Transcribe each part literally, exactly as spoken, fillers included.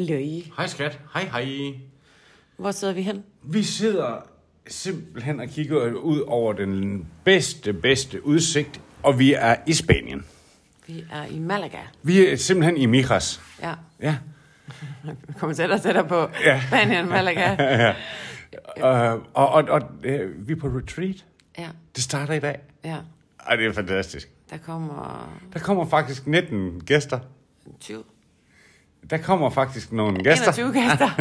Hallo. Hej skat. Hej hej. Hvor sidder vi hen? Vi sidder simpelthen og kigger ud over den bedste, bedste udsigt, og vi er i Spanien. Vi er i Malaga. Vi er simpelthen i Mijas. Ja. Ja. Vi kommer tættere og tættere på Ja. Spanien, Malaga. ja. Uh, og og, og uh, vi er på retreat. Ja. Det starter i dag. Ja. Ej, det er fantastisk. Der kommer Der kommer faktisk nitten gæster. tyve. Der kommer faktisk nogle gæster. enogtyve gæster.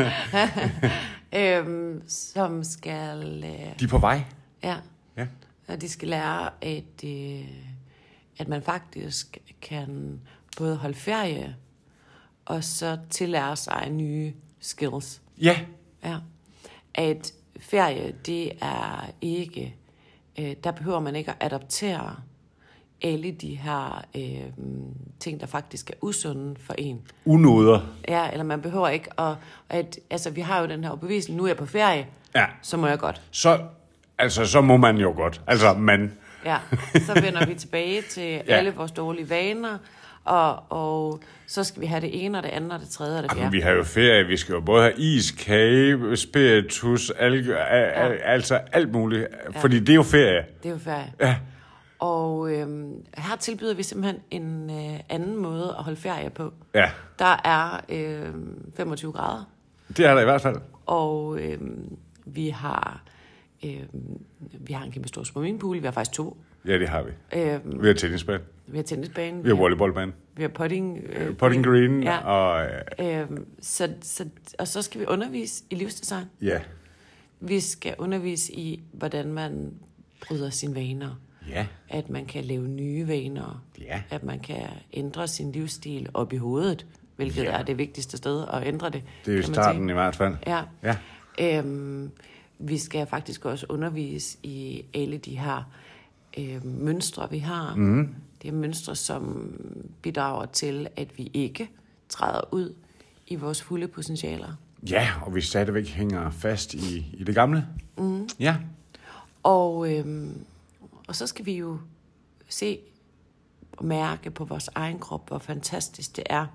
øhm, som skal... Øh, De er på vej. ja. Ja. Og de skal lære, at, øh, at man faktisk kan både holde ferie, og så tillære sig nye skills. Ja. Ja. At ferie, det er ikke... Øh, der behøver man ikke at adoptere alle de her øh, ting, der faktisk er usunde for en. Unoder. Ja, eller man behøver ikke at... at altså, vi har jo den her overbevisning, nu er jeg på ferie, Ja. så må jeg godt. Så, altså, så må man jo godt. Altså, man... Ja, så vender vi tilbage til ja. alle vores dårlige vaner, og, og så skal vi have det ene, og det andet, og det tredje, og det fjerde. Jamen, vi har jo ferie. Vi skal jo både have is, kage, spiritus, alge, ja. altså alt muligt. Ja. Fordi det er jo ferie. Det er jo ferie. Ja. Og øhm, her tilbyder vi simpelthen en øh, anden måde at holde ferie på. Ja. Der er øh, femogtyve grader, Det er der i hvert fald. og øh, vi har øh, vi har en kæmpe stor swimmingpool. Vi har faktisk to. Ja, det har vi. Øh, Vi har tennisbane. vi har tennisbane. Vi har volleyballbane. Vi har putting. Øh, Putting green. Ja. Og Øh, så, så, og så skal vi undervise i livsdesign. ja. Vi skal undervise i, hvordan man bryder sine vaner. Ja. At man kan lave nye vaner. Ja. At man kan ændre sin livsstil op i hovedet, hvilket Ja. er det vigtigste sted at ændre det. Det er jo kan man starten sige. i hvert fald. Ja. Ja. Øhm, vi skal faktisk også undervise i alle de her øh, mønstre, vi har. Mm. Det er mønstre, som bidrager til, at vi ikke træder ud i vores fulde potentialer. Ja, og vi stadigvæk hænger fast i, i det gamle. Mm. Ja. Og, øhm, og så skal vi jo se og mærke på vores egen krop, hvor fantastisk det er,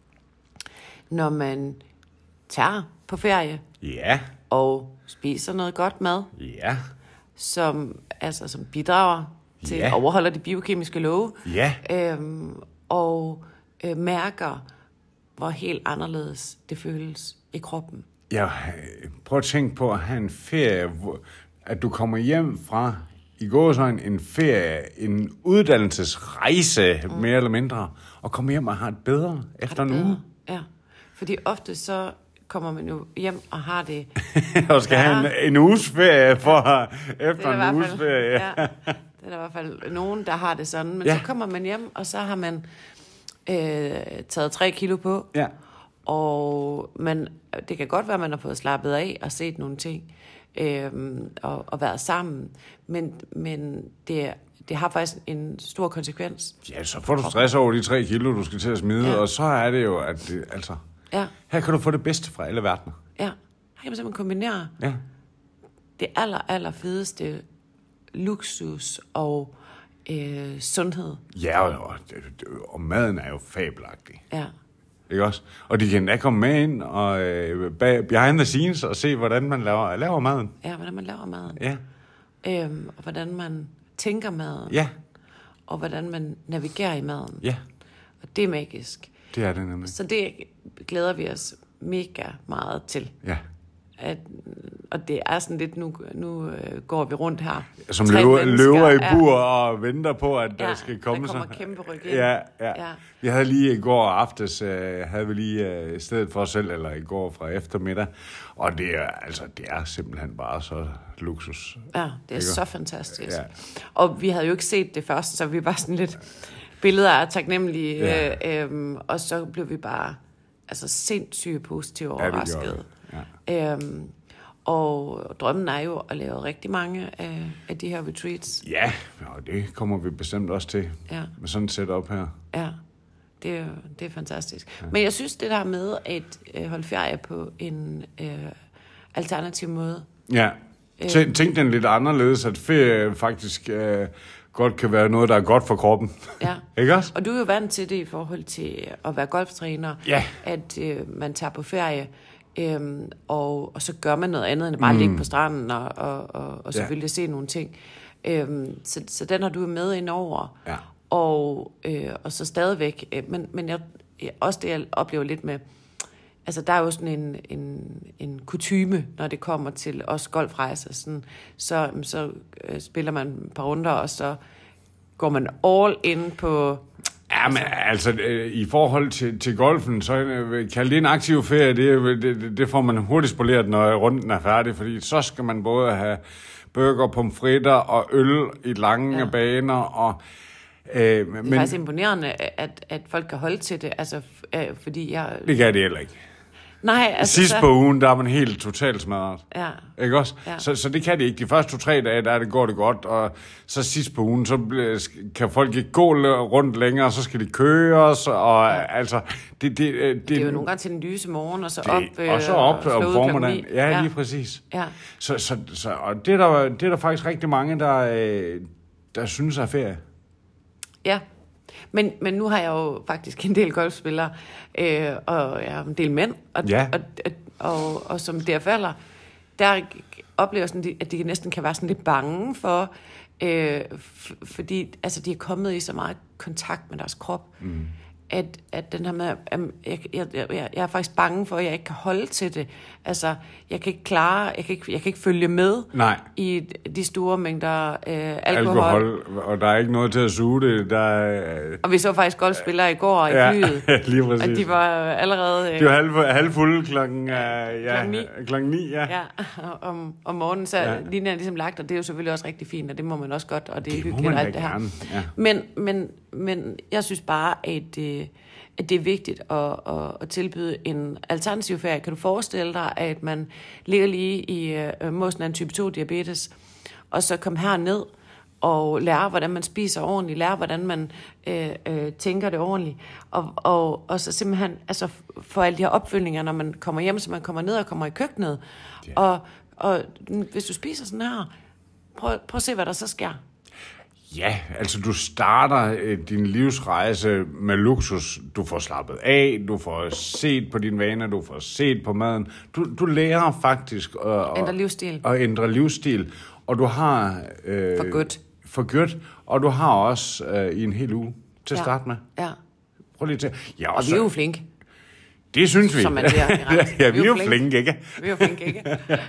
når man tager på ferie Ja. og spiser noget godt mad, Ja. som, altså, som bidrager til Ja. at overholde de biokemiske love, Ja. øhm, og øh, mærker, hvor helt anderledes det føles i kroppen. Ja, prøv at tænke på at have en ferie, hvor, at du kommer hjem fra, i gåseøjne, en ferie, en uddannelsesrejse, mm. mere eller mindre, og kommer hjem og har det bedre efter en uge. Ja, fordi ofte så kommer man jo hjem og har det... og skal ja. have en, en uges ferie for, ja. efter en uges fald, ferie. Ja. ja, det er der i hvert fald nogen, der har det sådan. Men ja. så kommer man hjem, og så har man øh, taget tre kilo på. Ja. Og man, det kan godt være, at man har fået slappet af og set nogle ting, øh, og, og været sammen. Men, men det, det har faktisk en stor konsekvens. Ja, så får du stress over de tre kilo, du skal til at smide, ja. og så er det jo, at det, altså, ja. her kan du få det bedste fra alle verdener. Ja, her kan man simpelthen kombinere Ja. det aller, aller fedeste luksus og øh, sundhed. Ja, og, og, og maden er jo fabelagtig. Ja. Ikke også? Og de kan da komme med ind og øh, bag, behind the scenes og se, hvordan man laver, laver maden. Ja, hvordan man laver maden. Ja. Øhm, og hvordan man tænker maden. Ja. Og hvordan man navigerer i maden. Ja. Og det er magisk. Det er det nemlig. Så det glæder vi os mega meget til. Ja. At, og det er sådan lidt, nu, nu øh, går vi rundt her. Som Tre løver, løver i bur ja. og venter på, at der Ja, skal komme der kommer så. kæmpe ryk ind. Ja, ja, Ja. Vi havde lige i går aftes, øh, havde vi lige øh, i stedet for os selv, eller i går fra eftermiddag. Og det er, altså, det er simpelthen bare så luksus. Ja, det er Ikke? så fantastisk. Ja. Og vi havde jo ikke set det først, så vi var sådan lidt billeder af taknemmelige. Ja. Øh, øh, og så blev vi bare altså sindssygt positivt overrasket. Ja, ja. øhm, og drømmen er jo at lave rigtig mange af, af de her retreats. Ja, og det kommer vi bestemt også til. Ja. Med sådan et setup her. Ja, det er, det er fantastisk. Ja. Men jeg synes, det der med at øh, holde ferie på en øh, alternativ måde. Ja, Tænk, tænk den lidt anderledes, at ferie faktisk øh, godt kan være noget, der er godt for kroppen. Ja. Ikke også? Og du er jo vant til det i forhold til at være golftræner, ja. at øh, man tager på ferie, øh, og, og så gør man noget andet, end bare mm. ligge på stranden og, og, og, og selvfølgelig ja. se nogle ting. Øh, så, så den har du med ind over. Ja. Og, øh, og så stadigvæk, øh, men, men jeg, også det, jeg oplever lidt med, altså der er jo sådan en, en, en kutyme, når det kommer til os golfrejser, sådan, så, så øh, spiller man et par runder, og så går man all in på... Ja, men altså, øh, i forhold til, til golfen, så øh, kalde det en aktiv ferie, det, det, det får man hurtigt spoleret, når runden er færdig, fordi så skal man både have burger, pomfritter og øl i lange ja. baner, og... Øh, det er men, faktisk imponerende, at, at folk kan holde til det, altså, øh, fordi jeg... Det kan det heller ikke. Nej, altså... Sidst så... på ugen, der er man helt totalt smadret. Ja. Ikke også? Ja. Så, så det kan det ikke. De første to-tre dage, der det går det godt, og så sidst på ugen, så kan folk ikke gå rundt længere, så skal de køres, og ja. altså... Det, det, det, det er jo nogle gange til den lyse morgen, og så det, op... Øh, og så op og om formiddagen. Ja, ja, lige præcis. Ja. Så, så, så, og det er, der, det er der faktisk rigtig mange, der, der synes er ferie. Ja. Men, men nu har jeg jo faktisk en del golfspillere, øh, og jeg har en del mænd, og, ja. og, og, og, og som der falder, der oplever sådan, at de næsten kan være sådan lidt bange for, øh, f- fordi altså, de er kommet i så meget kontakt med deres krop, mm. at, at den her med, at jeg, jeg, jeg, jeg er faktisk bange for, at jeg ikke kan holde til det. Altså, jeg kan ikke klare, jeg kan ikke, jeg kan ikke følge med Nej. i de store mængder øh, alkohol. alkohol. Og der er ikke noget til at suge det. Der er, øh... Og vi så faktisk golfspillere i går i ja, flyet. lige præcis. Og de var allerede... Øh, de var halv, halvfulde klokken, øh, ja, klokken ni. Klokken ni, ja. ja om, om morgenen, så ja. linjen er ligesom lagt, og det er jo selvfølgelig også rigtig fint, og det må man også godt, og det er det hyggeligt alt det her. Ja. Men, men, men jeg synes bare, at, øh, at det er vigtigt at, at, at tilbyde en alternativ ferie. Kan du forestille dig, at man ligger lige i øh, måsen af en type to diabetes, og så kom herned og lære, hvordan man spiser ordentligt, lære, hvordan man øh, øh, tænker det ordentligt, og, og, og så simpelthen altså, få alle de her opfølgninger, når man kommer hjem, så man kommer ned og kommer i køkkenet. Yeah. Og, og hvis du spiser sådan her, prøv, prøv at se, hvad der så sker. Ja, altså du starter øh, din livsrejse med luksus. Du får slappet af, du får set på dine vaner, du får set på maden. Du, du lærer faktisk at ændre livsstil. Og ændre livsstil. Og du har... Øh, for godt. For godt. Og du har også øh, i en hel uge til at ja. starte med. Ja. Prøv lige til. Ja, og, og vi er jo flinke. Det synes vi. Som man siger. Ja, vi er jo flinke, ikke? Vi er jo flinke, ikke?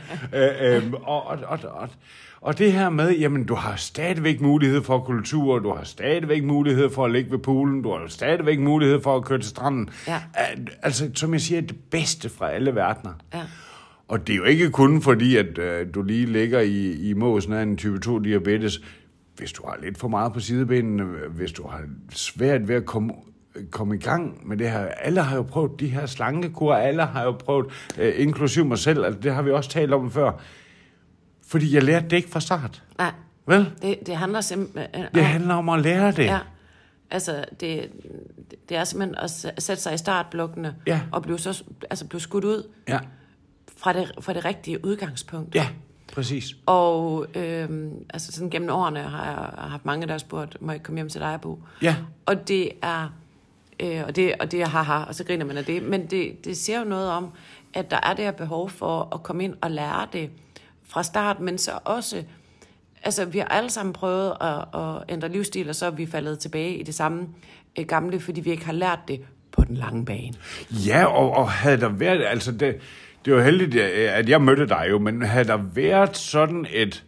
øh, øh, og, og, og, og, og det her med, jamen, du har stadigvæk mulighed for kultur, du har stadigvæk mulighed for at ligge ved poolen, du har stadigvæk mulighed for at køre til stranden. Ja. Altså, som jeg siger, det bedste fra alle verdener. Ja. Og det er jo ikke kun fordi, at øh, du lige ligger i, i måsen af en type to diabetes. Hvis du har lidt for meget på sidebenene, hvis du har svært ved at komme komme i gang med det her. Alle har jo prøvet de her slankekur, alle har jo prøvet, øh, inklusiv mig selv, altså det har vi også talt om før. Fordi jeg lærte det ikke fra start. Nej. Vel? Det, det handler simpelthen... Det handler om at lære det. Ja. Altså, det, det er simpelthen at sætte sig i startblokkene, ja. og blive, så, altså blive skudt ud ja. fra, det, fra det rigtige udgangspunkt. Ja, præcis. Og øhm, altså sådan gennem årene har jeg haft mange, der har spurgt, må jeg komme hjem til dig og bo? Ja. Og det er... Øh, og, det, og det er haha, og så griner man af det. Men det, det siger jo noget om, at der er det her behov for at komme ind og lære det fra start, men så også, altså vi har alle sammen prøvet at, at ændre livsstil, og så er vi faldet tilbage i det samme øh, gamle, fordi vi ikke har lært det på den lange bane. Ja, og, og havde der været, altså det, det var heldigt, at jeg mødte dig jo, men havde der været sådan et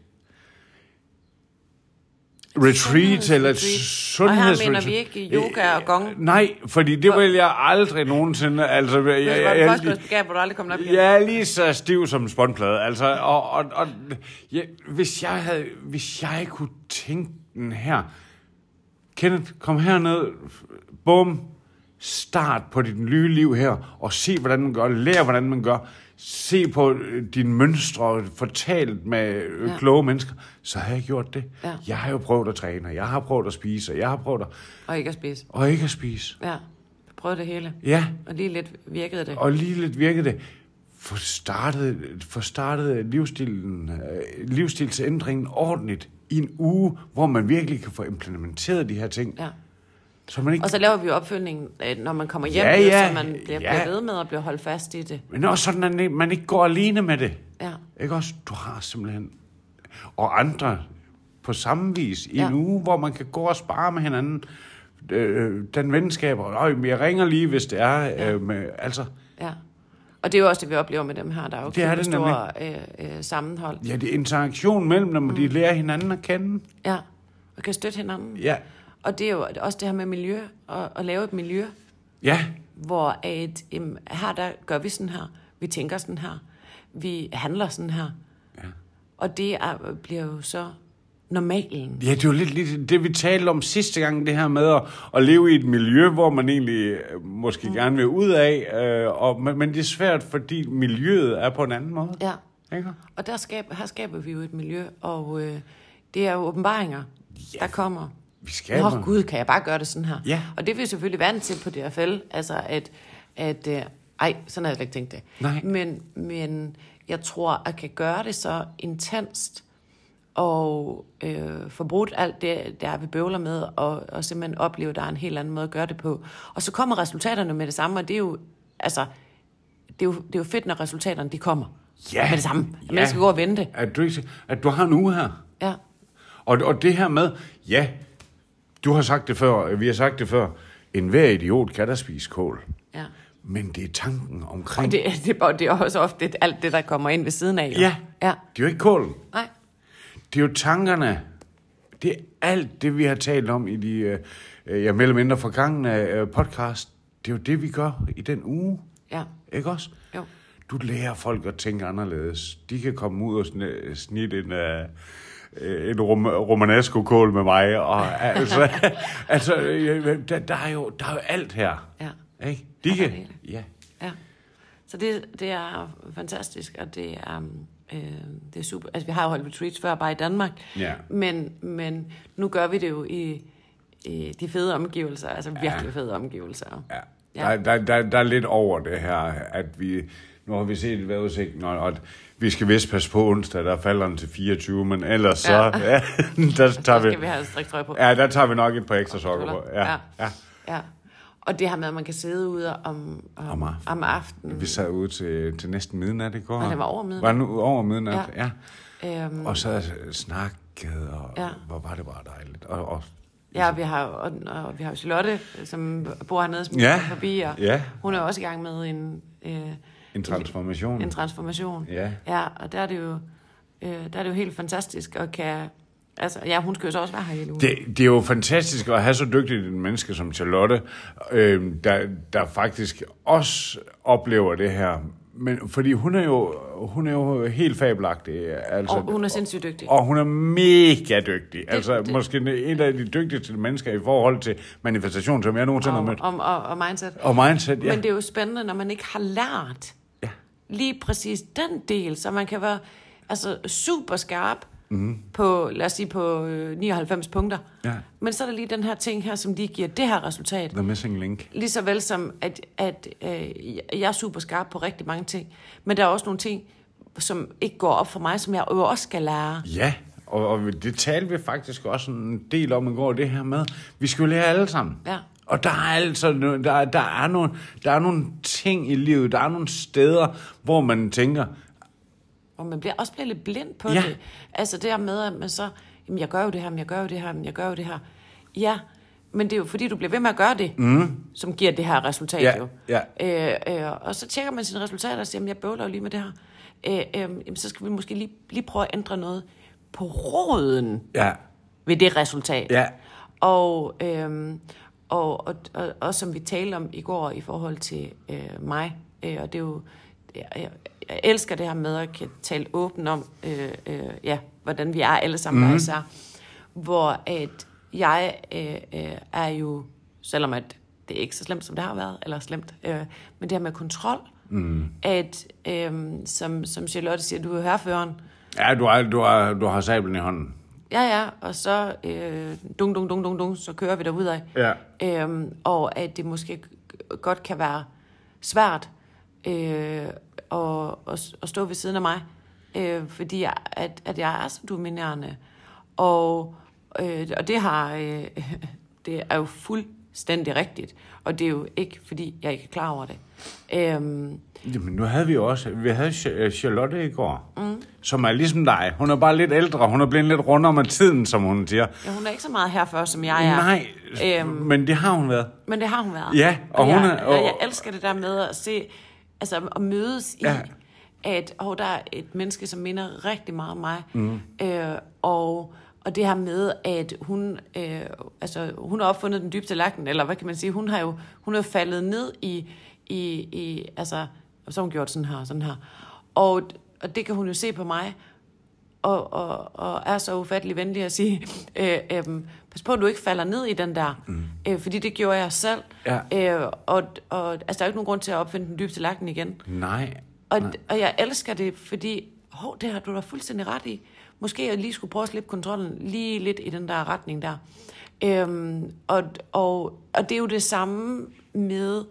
retreat eller et sundhedsretreat. Og her mener vi ikke yoga og gong. Nej, fordi det vil jeg aldrig nogensinde. Altså, jeg, det var jeg, det første begab, hvor du aldrig kom op igen. Jeg er lige så stiv som en spånplade. Altså, og, og, og ja, hvis jeg havde, hvis jeg kunne tænke den her, Kenneth, kom herned, bum, start på dit nye liv her, og se, hvordan man gør, lær, hvordan man gør, se på dine mønstre, fortalt med ja. kloge mennesker, så har jeg gjort det. Ja. Jeg har jo prøvet at træne, jeg har prøvet at spise, og jeg har prøvet at... Og ikke at spise. Og ikke at spise. Ja, prøv det hele. Ja. Og lige lidt virkede det. Og lige lidt virkede det. For startet, for startet livsstilen, livsstilsændringen ordentligt. i en uge, hvor man virkelig kan få implementeret de her ting. Ja. Så man ikke... Og så laver vi opfølgningen, når man kommer hjem, ja, ja, så man bliver, ja. bliver ved med at blive holdt fast i det. Men også sådan, at man ikke går alene med det. Ja. Ikke også? Du har simpelthen... Og andre på samme vis i ja. en uge, hvor man kan gå og spare med hinanden. Øh, den venskab, og jeg ringer lige, hvis det er. Ja. Øh, med, altså... Ja. Og det er jo også det, vi oplever med dem her. Der er jo kæmpe store øh, øh, sammenhold. Ja, det er interaktion mellem dem, mm. de lærer hinanden at kende. Ja, og kan støtte hinanden. Ja. Og det er jo også det her med miljø, og at lave et miljø. Ja. Hvor at, em, her der gør vi sådan her, vi tænker sådan her, vi handler sådan her. Ja. Og det er, bliver jo så normalen. Ja, det er jo lidt, lidt det, vi talte om sidste gang, det her med at, at leve i et miljø, hvor man egentlig måske mm. gerne vil ud af, øh, og, men, men det er svært, fordi miljøet er på en anden måde. Ja, ikke? Og der skaber, her skaber vi jo et miljø, og øh, det er jo åbenbaringer, ja. der kommer. Vi skaber. Nå gud, kan jeg bare gøre det sådan her? Ja. Og det er vi selvfølgelig vant til på D F L, altså at, at øh, ej, sådan havde jeg ikke tænkt det. Nej. Men, men jeg tror, at jeg kan gøre det så intenst, og øh, forbrudt alt det, der vi bøvler med, og, og simpelthen opleve, at der er en helt anden måde at gøre det på. Og så kommer resultaterne med det samme, og det er jo, altså, det er jo, det er jo fedt, når resultaterne de kommer ja. med det samme. At ja. man skal gå og vente. At du, at du har en uge her. Ja. Og, og det her med, ja, du har sagt det før, vi har sagt det før, enhver idiot kan da spise kål. Ja. Men det er tanken omkring... Og det, det, det er også ofte alt det, der kommer ind ved siden af. Jo. Ja, ja, det er jo ikke kålen. Nej. Det er jo tankerne. Det er alt det, vi har talt om i de, øh, ja, mere eller mindre forgangne øh, podcast. Det er jo det, vi gør i den uge. Ja. Ikke også? Jo. Du lærer folk at tænke anderledes. De kan komme ud og sn- snitte en... Øh, en rom- romanesco-kål med mig, og altså, altså der, der, er jo, der er jo alt her. Ja. Ikke? De kan, ja. Ja. Så det, det er fantastisk, og det er, øh, det er super. Altså, vi har jo holdt retreats før, bare i Danmark, ja. men, men nu gør vi det jo i, i de fede omgivelser, altså virkelig ja. fede omgivelser. Ja. Ja. Der, der, der, der er lidt over det her, at vi, nu har vi set vejrudsigten, og vi skal vist passe på onsdag, der falder den til fireogtyve, men ellers så, ja, ja der tager vi... Så skal vi have striktrøje på. Ja, der tager vi nok et par ekstra sokker på. Ja, ja. ja. ja. Og det her med, at man kan sidde ude om, om, om, aften. om aftenen. Vi sad ude til, til næsten midnat i går. Og det var over midnat. Var nu over midnat, ja. ja. Øhm, og så snakkede, og ja. hvor var det bare dejligt. Og, og, ja, vi har, og, og vi har jo Charlotte, som bor hernede, som ja. forbi, og ja. hun er også i gang med en... Øh, En transformation. En, en transformation. Ja. Ja, og der er det jo, øh, der er det jo helt fantastisk, og kan... Altså, ja, hun skal jo så også være her hele ugen. Det, det er jo fantastisk at have så dygtigt en menneske som Charlotte, øh, der, der faktisk også oplever det her. Men, fordi hun er jo, hun er jo helt fabelagtig. Altså, og hun er sindssygt dygtig. Og, og hun er mega dygtig. Det, altså, det, måske en af de dygtigste mennesker i forhold til manifestation, som jeg nogensinde har mødt. Og, og, og mindset. Og mindset, ja. Men det er jo spændende, når man ikke har lært ja. lige præcis den del, så man kan være altså, super skarp mm. på, lad os sige, på nioghalvfems punkter. Ja. Men så er der lige den her ting her, som lige giver det her resultat. The missing link. Lige så vel som, at, at øh, jeg er super skarp på rigtig mange ting. Men der er også nogle ting, som ikke går op for mig, som jeg jo også skal lære. Ja, og, og det talte vi faktisk også en del om i går, det her med, vi skal jo lære alle sammen. Ja. Og der er altså, der, der, er nogle, der er nogle ting i livet, der er nogle steder, hvor man tænker... Og man bliver også bliver lidt blind på ja. det. Altså det her med, at man så, jamen jeg gør jo det her, men jeg gør jo det her, men jeg gør jo det her. Ja, men det er jo fordi, du bliver ved med at gøre det, mm. som giver det her resultat ja. jo. Ja. Øh, øh, og så tjekker man sine resultater og siger, jamen jeg bøvler jo lige med det her. Øh, øh, så skal vi måske lige, lige prøve at ændre noget på roden ja. ved det resultat. Ja. Og, øh, og, og, og, og som vi talte om i går i forhold til øh, mig, øh, og det er jo, jeg, jeg, jeg elsker det her med at kan tale åbent om, øh, øh, ja, hvordan vi er alle sammen mm-hmm. især, hvor at jeg øh, øh, er jo, selvom at det er ikke så slemt, som det har været, eller slemt, øh, men det her med kontrol, mm. at øh, som, som Charlotte siger, du er herføreren. Ja, du har, du har, du har sablen i hånden. Ja, ja, og så øh, dung, dung, dung, dung, dung, så kører vi derudad. Ja. Øhm, og at det måske godt kan være svært øh, at, at, at stå ved siden af mig, øh, fordi jeg, at, at jeg er så dominerende. Og, øh, og det har øh, det er jo fuldstændig rigtigt. Og det er jo ikke, fordi jeg ikke er klar over det. Øhm, Jamen, nu havde vi jo også, vi havde Charlotte i går, mm. som er ligesom dig. Hun er bare lidt ældre, hun er blevet lidt rundere med tiden, som hun siger. Ja, hun er ikke så meget herfør, som jeg er. Nej, øhm, men det har hun været. Men det har hun været. Ja, og, og hun jeg, er... Og, jeg elsker det der med at se, altså at mødes ja. i, at oh, der er et menneske, som minder rigtig meget om mig. Mm. Øh, og... Og det her med, at hun, øh, altså, hun har opfundet den dybe tallerken, eller hvad kan man sige, hun har jo hun er faldet ned i, i, i altså, og så har hun gjort sådan her, sådan her. Og, og det kan hun jo se på mig, og, og, og er så ufattelig venlig at sige, øh, øh, pas på, at du ikke falder ned i den der, mm. øh, fordi det gjorde jeg selv. Ja. Øh, og, og altså, der er jo ikke nogen grund til at opfinde den dybe tallerken igen. Nej. Og, Nej. og jeg elsker det, fordi, hov, det har du da fuldstændig ret i. Måske jeg lige skulle prøve at slippe kontrollen lige lidt i den der retning der. Øhm, og, og, og det er jo det samme med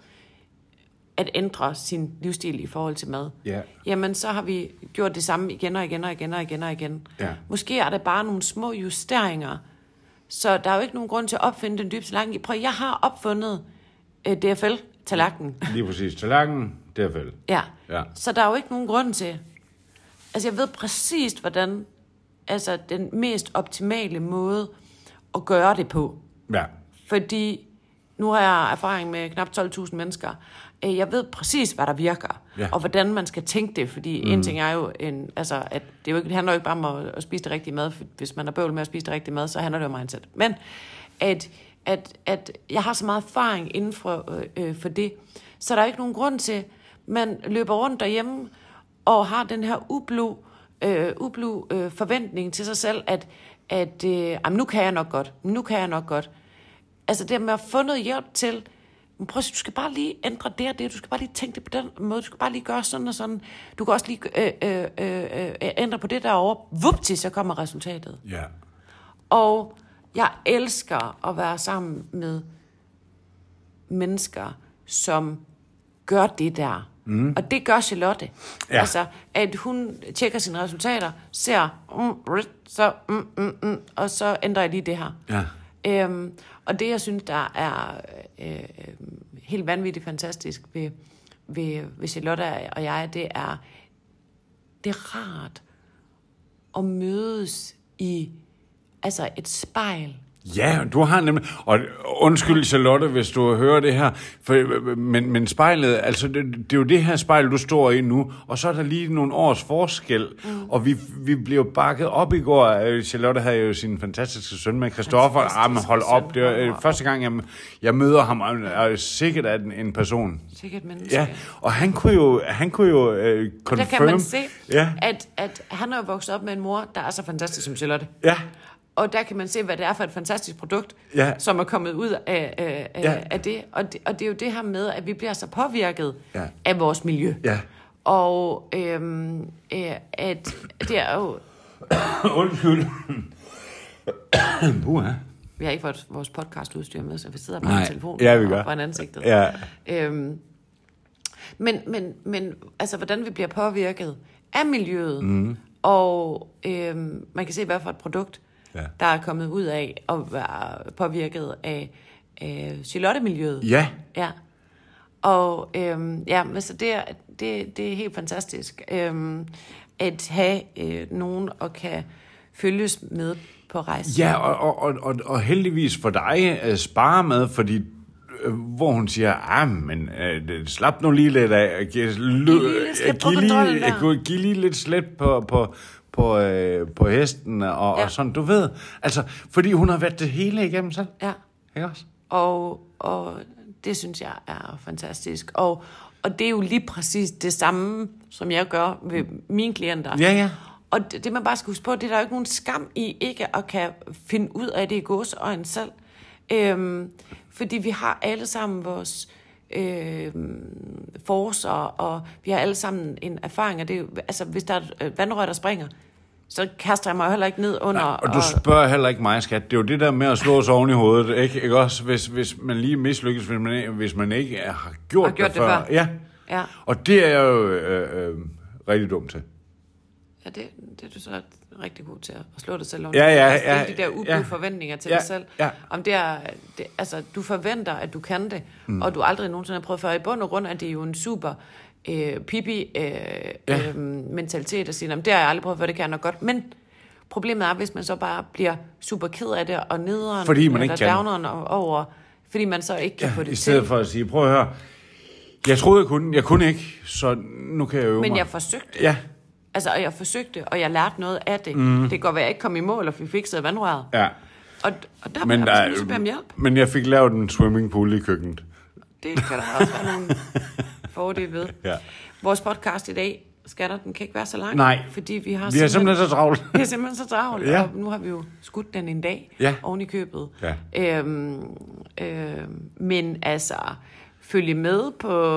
at ændre sin livsstil i forhold til mad. Yeah. Jamen, så har vi gjort det samme igen og igen og igen og igen og igen. Yeah. Måske er det bare nogle små justeringer. Så der er jo ikke nogen grund til at opfinde den dybe tallerken. Prøv, jeg har opfundet øh, D F L-tallerken. Lige præcis. Tallerken, D F L. Ja. ja. Så der er jo ikke nogen grund til. Altså, jeg ved præcis, hvordan... Altså, den mest optimale måde at gøre det på. Ja. Fordi nu har jeg erfaring med knap tolv tusind mennesker. Jeg ved præcis, hvad der virker, ja. Og hvordan man skal tænke det. Fordi mm. en ting er jo, en, altså, at det, jo ikke, det handler jo ikke bare om at, at spise det rigtige mad. Hvis man er bøvl med at spise det rigtige mad, så handler det om mindset. Men at, at, at jeg har så meget erfaring inden for, øh, for det, så der er ikke nogen grund til, man løber rundt derhjemme og har den her ublu, øh, ublu øh, forventning til sig selv, at, at øh, jamen, nu kan jeg nok godt, nu kan jeg nok godt. Altså det med at få noget hjælp til, men prøv at sige, du skal bare lige ændre det og det, du skal bare lige tænke det på den måde, du skal bare lige gøre sådan og sådan, du kan også lige øh, øh, øh, ændre på det derovre, vupti, så kommer resultatet. Ja. Yeah. Og jeg elsker at være sammen med mennesker, som gør det der. Mm. Og det gør Charlotte. Ja. Altså, at hun tjekker sine resultater, ser, mm, så, mm, mm, mm, og så ændrer jeg lige det her. Ja. Øhm, og det, jeg synes, der er øh, helt vanvittigt fantastisk ved, ved, ved Charlotte og jeg, det er, det er rart at mødes i altså et spejl. Ja, du har nemlig... Og undskyld, Charlotte, hvis du hører det her, for, men, men spejlet, altså det, det er jo det her spejl, du står i nu, og så er der lige nogle års forskel, mm. og vi, vi blev bakket op i går. Charlotte havde jo sin fantastiske søn med Christoffer. Ah, men hold op, det er første gang, jeg, jeg møder ham, og er sikkert er en, en person. Sikkert menneske. Ja, og han kunne jo, han kunne jo uh, confirm... Der kan man se, ja. at, at han er vokset op med en mor, der er så fantastisk som Charlotte. Ja. Og der kan man se, hvad det er for et fantastisk produkt, ja. Som er kommet ud af, af, ja. af det. Og det. Og det er jo det her med, at vi bliver så påvirket ja. Af vores miljø. Ja. Og øhm, øh, at det er jo... Undskyld. Buha. Vi har ikke fået vores podcastudstyr med, så vi sidder bare Nej. på telefonen ja, vi gør. og foran ansigtet. Ja. Øhm, men, men, men altså, hvordan vi bliver påvirket af miljøet, mm. og øhm, man kan se, hvad for et produkt, ja. Der er kommet ud af at være påvirket af, af Charlotte-miljøet. Ja. Ja. Og øhm, ja, altså det, er, det, det er helt fantastisk øhm, at have øh, nogen og kan følges med på rejsen. Ja, og, og, og, og heldigvis for dig uh, spare med, fordi uh, hvor hun siger, ah, men uh, slap nu lige lidt af, giv lige, lige lidt slet på... på På, øh, på hesten og, ja. Og sådan, du ved. Altså, fordi hun har været det hele igennem selv. Ja. Ikke også? Og, og det synes jeg er fantastisk. Og, og det er jo lige præcis det samme, som jeg gør ved mine klienter. Ja, ja. Og det, det man bare skal huske på, det er der jo ikke nogen skam i ikke at kan finde ud af det i gåseøjne selv. Øhm, fordi vi har alle sammen vores øh, forcer, og vi har alle sammen en erfaring. Og det er jo, altså, hvis der er et vandrør, der springer, så kaster jeg mig heller ikke ned under. Nej, og du spørger heller ikke mig, skat. Det er jo det der med at slå sig oven i hovedet, ikke, ikke også? Hvis, hvis man lige mislykkes, hvis man, hvis man ikke har gjort, har gjort det, før. det før. Ja. Ja. Og det er jo øh, øh, rigtig dumt til. Ja, det, det er du så rigtig god til at slå dig selv over. Ja, ja, altså, ja. de der ublu ja. forventninger til ja, dig selv. Ja. Om det er, det, altså, du forventer, at du kan det, mm. og du aldrig nogensinde har prøvet før. I bund og grund er det jo en super øh, pipi øh, ja. øh, mentalitet at sige, det har jeg aldrig prøvet før, det kan jeg nok godt. Men problemet er, hvis man så bare bliver super ked af det, og nederen, fordi man ikke eller downeren over, fordi man så ikke kan ja, få det til. I stedet til. For at sige, prøv at høre, jeg troede, jeg kunne, jeg kunne ikke, så nu kan jeg øve Men mig. jeg forsøgte. Ja. Altså, og jeg forsøgte, og jeg lærte noget af det. Mm. Det kan godt være, at jeg ikke kom i mål, og vi fikset vandrøret. Ja. Og, og der men var jeg også nødt til hjælp. Men jeg fik lavet en swimmingpool i køkkenet. Det kan der også være nogle fordele ved. Ja. Vores podcast i dag, skatter, den kan ikke være så lang. Nej. Fordi vi har vi simpelthen, simpelthen så travlt. Vi er simpelthen så travlt, ja. og nu har vi jo skudt den en dag ja. oven i købet. Ja. Øhm, øhm, men altså, følge med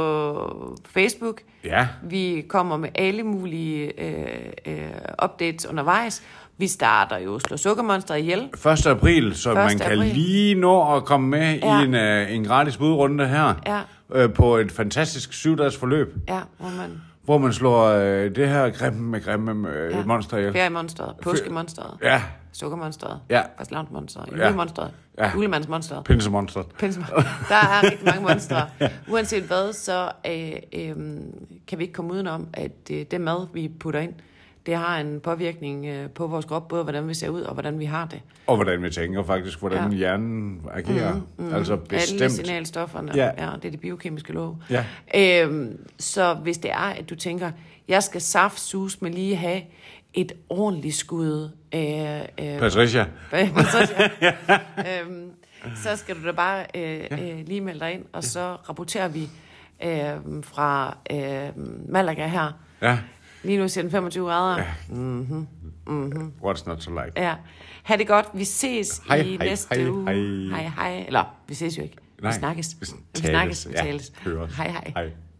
på Facebook. Ja. Vi kommer med alle mulige øh, øh, updates undervejs. Vi starter jo Slå Sukkermonster ihjel. første april, så man kan april. lige nå at komme med ja. i en, uh, en gratis budrunde her. Ja. Uh, på et fantastisk syv-dages forløb. Ja, hvor man... Hvor man slår uh, det her grimme med grimme uh, ja. monster ihjel. Feriemonsteret, påskemonsteret. Ja. Sukkermonsteret. Ja. Fastelavnsmonsteret. Ja. Julemonsteret. Ja. Julemandsmonsteret. Pinsemonsteret. Pinsemonsteret. Der er rigtig mange monstre. ja. Uanset hvad, så øh, øh, kan vi ikke komme udenom, at øh, det mad, vi putter ind, det har en påvirkning øh, på vores krop, både hvordan vi ser ud, og hvordan vi har det. Og hvordan vi tænker faktisk, hvordan ja. hjernen agerer. Mm, mm, altså bestemt. Alle signalstofferne, ja. ja, det er de biokemiske love. Ja. Øhm, så hvis det er, at du tænker, jeg skal saftsus med lige have et ordentligt skud. Øh, øh, Patricia. Patricia. øhm, så skal du da bare øh, ja. øh, lige melde dig ind, og så rapporterer vi øh, fra øh, Malaga her. Ja. Lige nu siger den femogtyve grader. Ja. Mm-hmm. Mm-hmm. What's not to like? Ja. Ha' det godt. Vi ses hej, i hej, næste hej, uge. Hej. Hej, hej. Eller, vi ses jo ikke. Nej. Vi snakkes. Vi snakkes. Vi tales. Ja, hej, hej. hej.